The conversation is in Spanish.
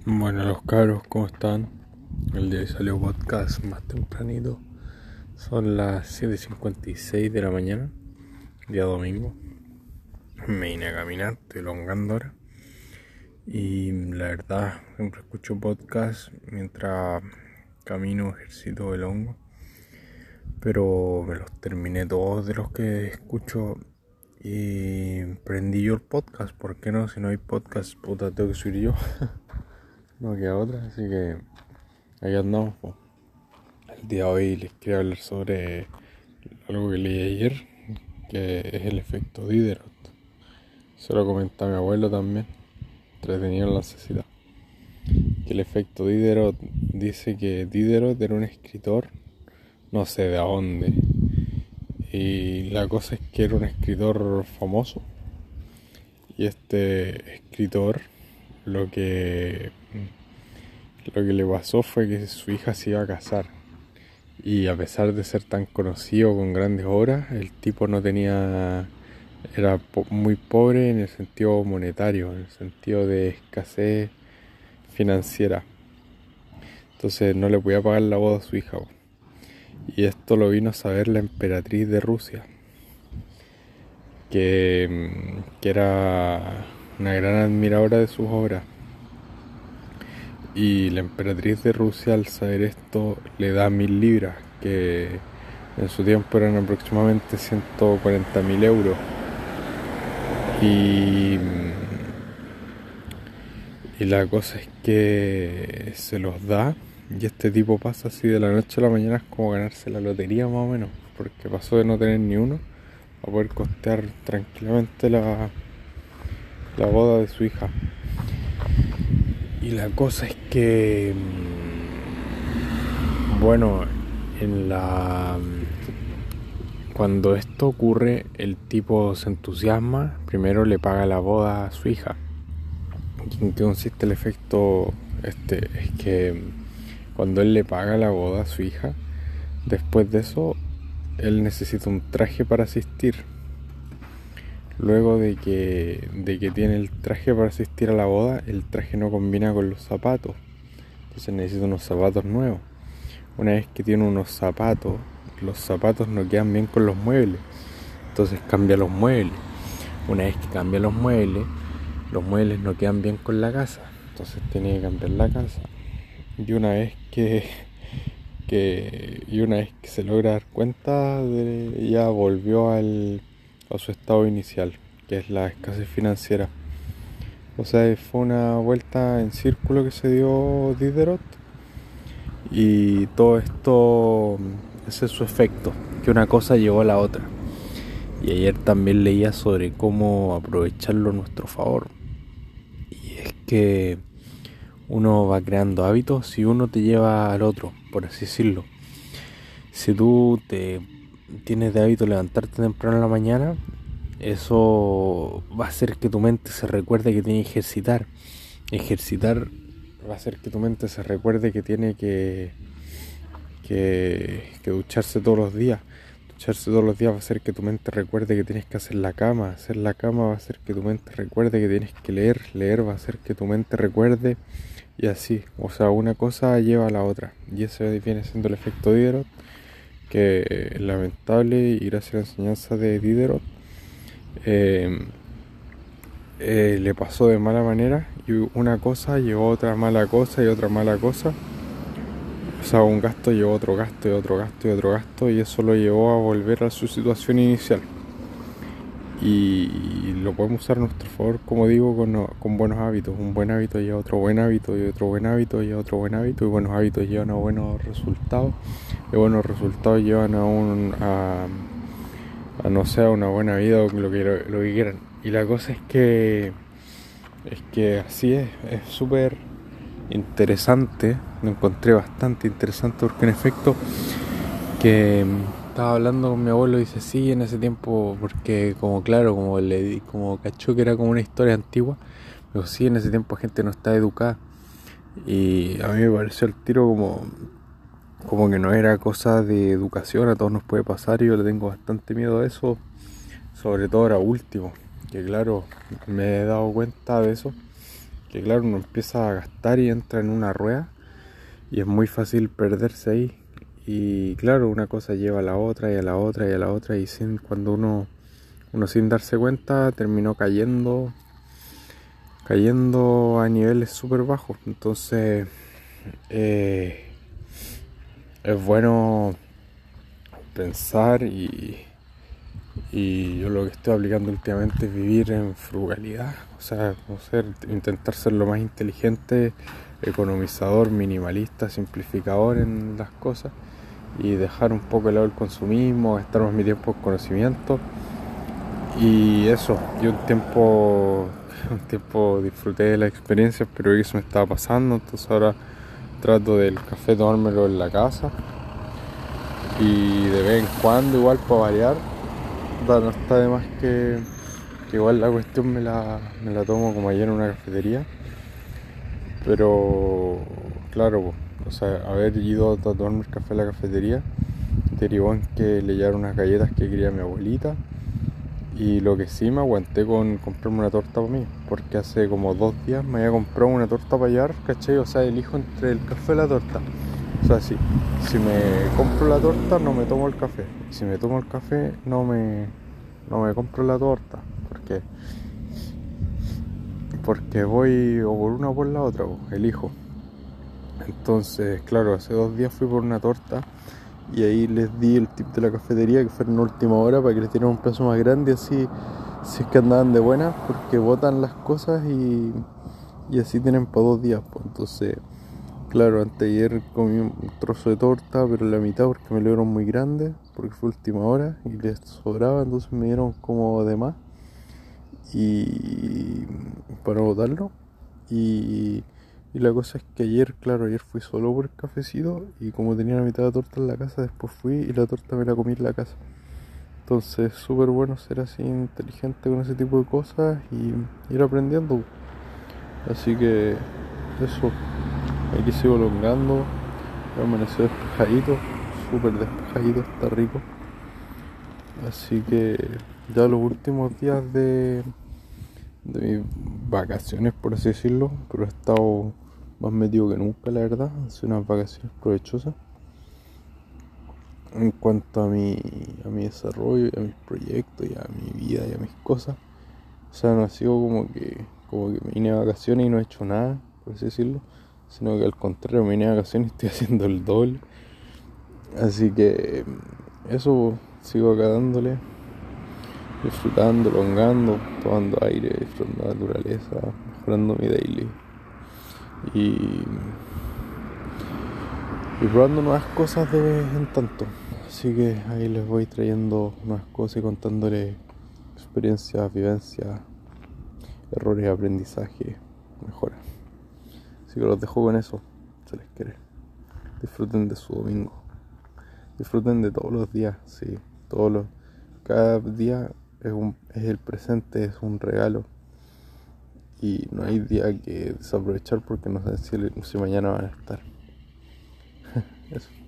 Bueno, los cabros, ¿cómo están? El día de hoy salió podcast más tempranito. Son las 7:56 de la mañana, día domingo. Me vine a caminar, estoy elongando ahora. Y la verdad, siempre escucho podcast mientras camino, ejercito el hongo. Pero me los terminé todos de los que escucho y prendí yo el podcast. ¿Por qué no? Si no hay podcast, puta, tengo que subir yo. No queda otra, así que ahí andamos, po. El día de hoy les quería hablar sobre algo que leí ayer, que es el efecto Diderot. Se lo comenté a mi abuelo también, entretenido en la necesidad. Que el efecto Diderot dice que Diderot era un escritor, no sé de dónde, y la cosa es que era un escritor famoso. Y este escritor lo que, lo que le pasó fue que su hija se iba a casar. Y a pesar de ser tan conocido con grandes obras, el tipo no tenía, era muy pobre en el sentido monetario, en el sentido de escasez financiera. Entonces no le podía pagar la boda a su hija. Y esto lo vino a saber la emperatriz de Rusia, que era una gran admiradora de sus obras. Y la emperatriz de Rusia, al saber esto, le da 1000 libras, que en su tiempo eran aproximadamente 140.000 euros. Y, y la cosa es que se los da, y este tipo pasa así de la noche a la mañana, es como ganarse la lotería más o menos, porque pasó de no tener ni uno a poder costear tranquilamente la boda de su hija. Y la cosa es que, bueno, en la cuando esto ocurre, el tipo se entusiasma, primero le paga la boda a su hija. ¿En qué consiste el efecto? Es que cuando él le paga la boda a su hija, después de eso, él necesita un traje para asistir. Luego de que tiene el traje para asistir a la boda, el traje no combina con los zapatos. Entonces necesita unos zapatos nuevos. Una vez que tiene unos zapatos, los zapatos no quedan bien con los muebles. Entonces cambia los muebles. Una vez que cambia los muebles no quedan bien con la casa. Entonces tiene que cambiar la casa. Y una vez que se logra dar cuenta, ya volvió a su estado inicial, que es la escasez financiera. O sea, fue una vuelta en círculo que se dio Diderot. Y todo esto, ese es su efecto, que una cosa llevó a la otra. Y ayer también leía sobre cómo aprovecharlo a nuestro favor. Y es que uno va creando hábitos y uno te lleva al otro, por así decirlo. Si tú te tienes de hábito levantarte temprano en la mañana, eso va a hacer que tu mente se recuerde que tiene que ejercitar. Ejercitar va a hacer que tu mente se recuerde que tiene que ducharse todos los días. Ducharse todos los días va a hacer que tu mente recuerde que tienes que hacer la cama. Hacer la cama va a hacer que tu mente recuerde que tienes que leer. Leer va a hacer que tu mente recuerde, y así. O sea, una cosa lleva a la otra. Y eso viene siendo el efecto Diderot, que es lamentable, y gracias a la enseñanza de Diderot le pasó de mala manera, y una cosa llevó a otra mala cosa y otra mala cosa. O sea, un gasto llevó a otro gasto y otro gasto y otro gasto, y eso lo llevó a volver a su situación inicial. Y lo podemos usar a nuestro favor, como digo, con buenos hábitos. Un buen hábito lleva a otro buen hábito, y otro buen hábito lleva a otro buen hábito, y buenos hábitos llevan a buenos resultados, y buenos resultados llevan a no sé, a una buena vida, o lo que quieran. Y la cosa es que así es súper interesante. Lo encontré bastante interesante, porque en efecto, que estaba hablando con mi abuelo, y dice sí, en ese tiempo, porque como claro, como cachó que era como una historia antigua, pero sí, en ese tiempo la gente no está educada. Y a mí me pareció el tiro como que no era cosa de educación, a todos nos puede pasar, y yo le tengo bastante miedo a eso, sobre todo ahora último, que claro, me he dado cuenta de eso, que claro, uno empieza a gastar y entra en una rueda y es muy fácil perderse ahí. Y claro, una cosa lleva a la otra y a la otra y a la otra y cuando uno sin darse cuenta terminó cayendo a niveles súper bajos. Entonces es bueno pensar y yo lo que estoy aplicando últimamente es vivir en frugalidad, o sea, intentar ser lo más inteligente, economizador, minimalista, simplificador en las cosas y dejar un poco de lado el consumismo, gastar más mi tiempo en conocimiento. Y eso, yo un tiempo disfruté de la experiencia, pero eso me estaba pasando, entonces ahora trato del café tomármelo en la casa y de vez en cuando igual para variar. No está de más que igual la cuestión me la tomo como ayer en una cafetería, pero claro, o sea, haber ido a tomarme el café a la cafetería derivó en que le llevaron unas galletas que quería mi abuelita. Y lo que sí me aguanté con comprarme una torta para mí, porque hace como 2 días me había comprado una torta para llevar, ¿cachai? O sea, elijo entre el café y la torta. O sea, si me compro la torta no me tomo el café. Y si me tomo el café no me compro la torta. Porque voy o por una o por la otra, elijo. Entonces, claro, hace 2 días fui por una torta. Y ahí les di el tip de la cafetería que fueron en última hora para que les dieran un pedazo más grande, así si es que andaban de buenas, porque botan las cosas y así tienen para 2 días, pues. Entonces, claro, anteayer comí un trozo de torta, pero la mitad porque me lo dieron muy grande, porque fue última hora y les sobraba, entonces me dieron como de más y para botarlo. Y la cosa es que ayer fui solo por el cafecito y como tenía la mitad de la torta en la casa, después fui y la torta me la comí en la casa. Entonces, súper bueno ser así inteligente con ese tipo de cosas y ir aprendiendo. Así que eso, aquí sigo elongando, amaneció despejadito, súper despejadito, está rico. Así que ya los últimos días de mis vacaciones, por así decirlo, pero he estado más metido que nunca, la verdad. Han sido unas vacaciones provechosas en cuanto a mi desarrollo, y a mis proyectos, y a mi vida, y a mis cosas. O sea, no ha sido como que me vine de vacaciones y no he hecho nada, por así decirlo, sino que al contrario, me vine de vacaciones y estoy haciendo el doble. Así que eso, sigo acá dándole, disfrutando, elongando, tomando aire, disfrutando la naturaleza, mejorando mi daily y probando nuevas cosas de vez en tanto. Así que ahí les voy trayendo nuevas cosas y contándoles experiencias, vivencias, errores, aprendizaje, mejoras. Así que los dejo con eso, se les quiere. Disfruten de su domingo, disfruten de todos los días, sí, cada día es el presente, es un regalo y no hay día que desaprovechar porque no sé si mañana van a estar. Eso.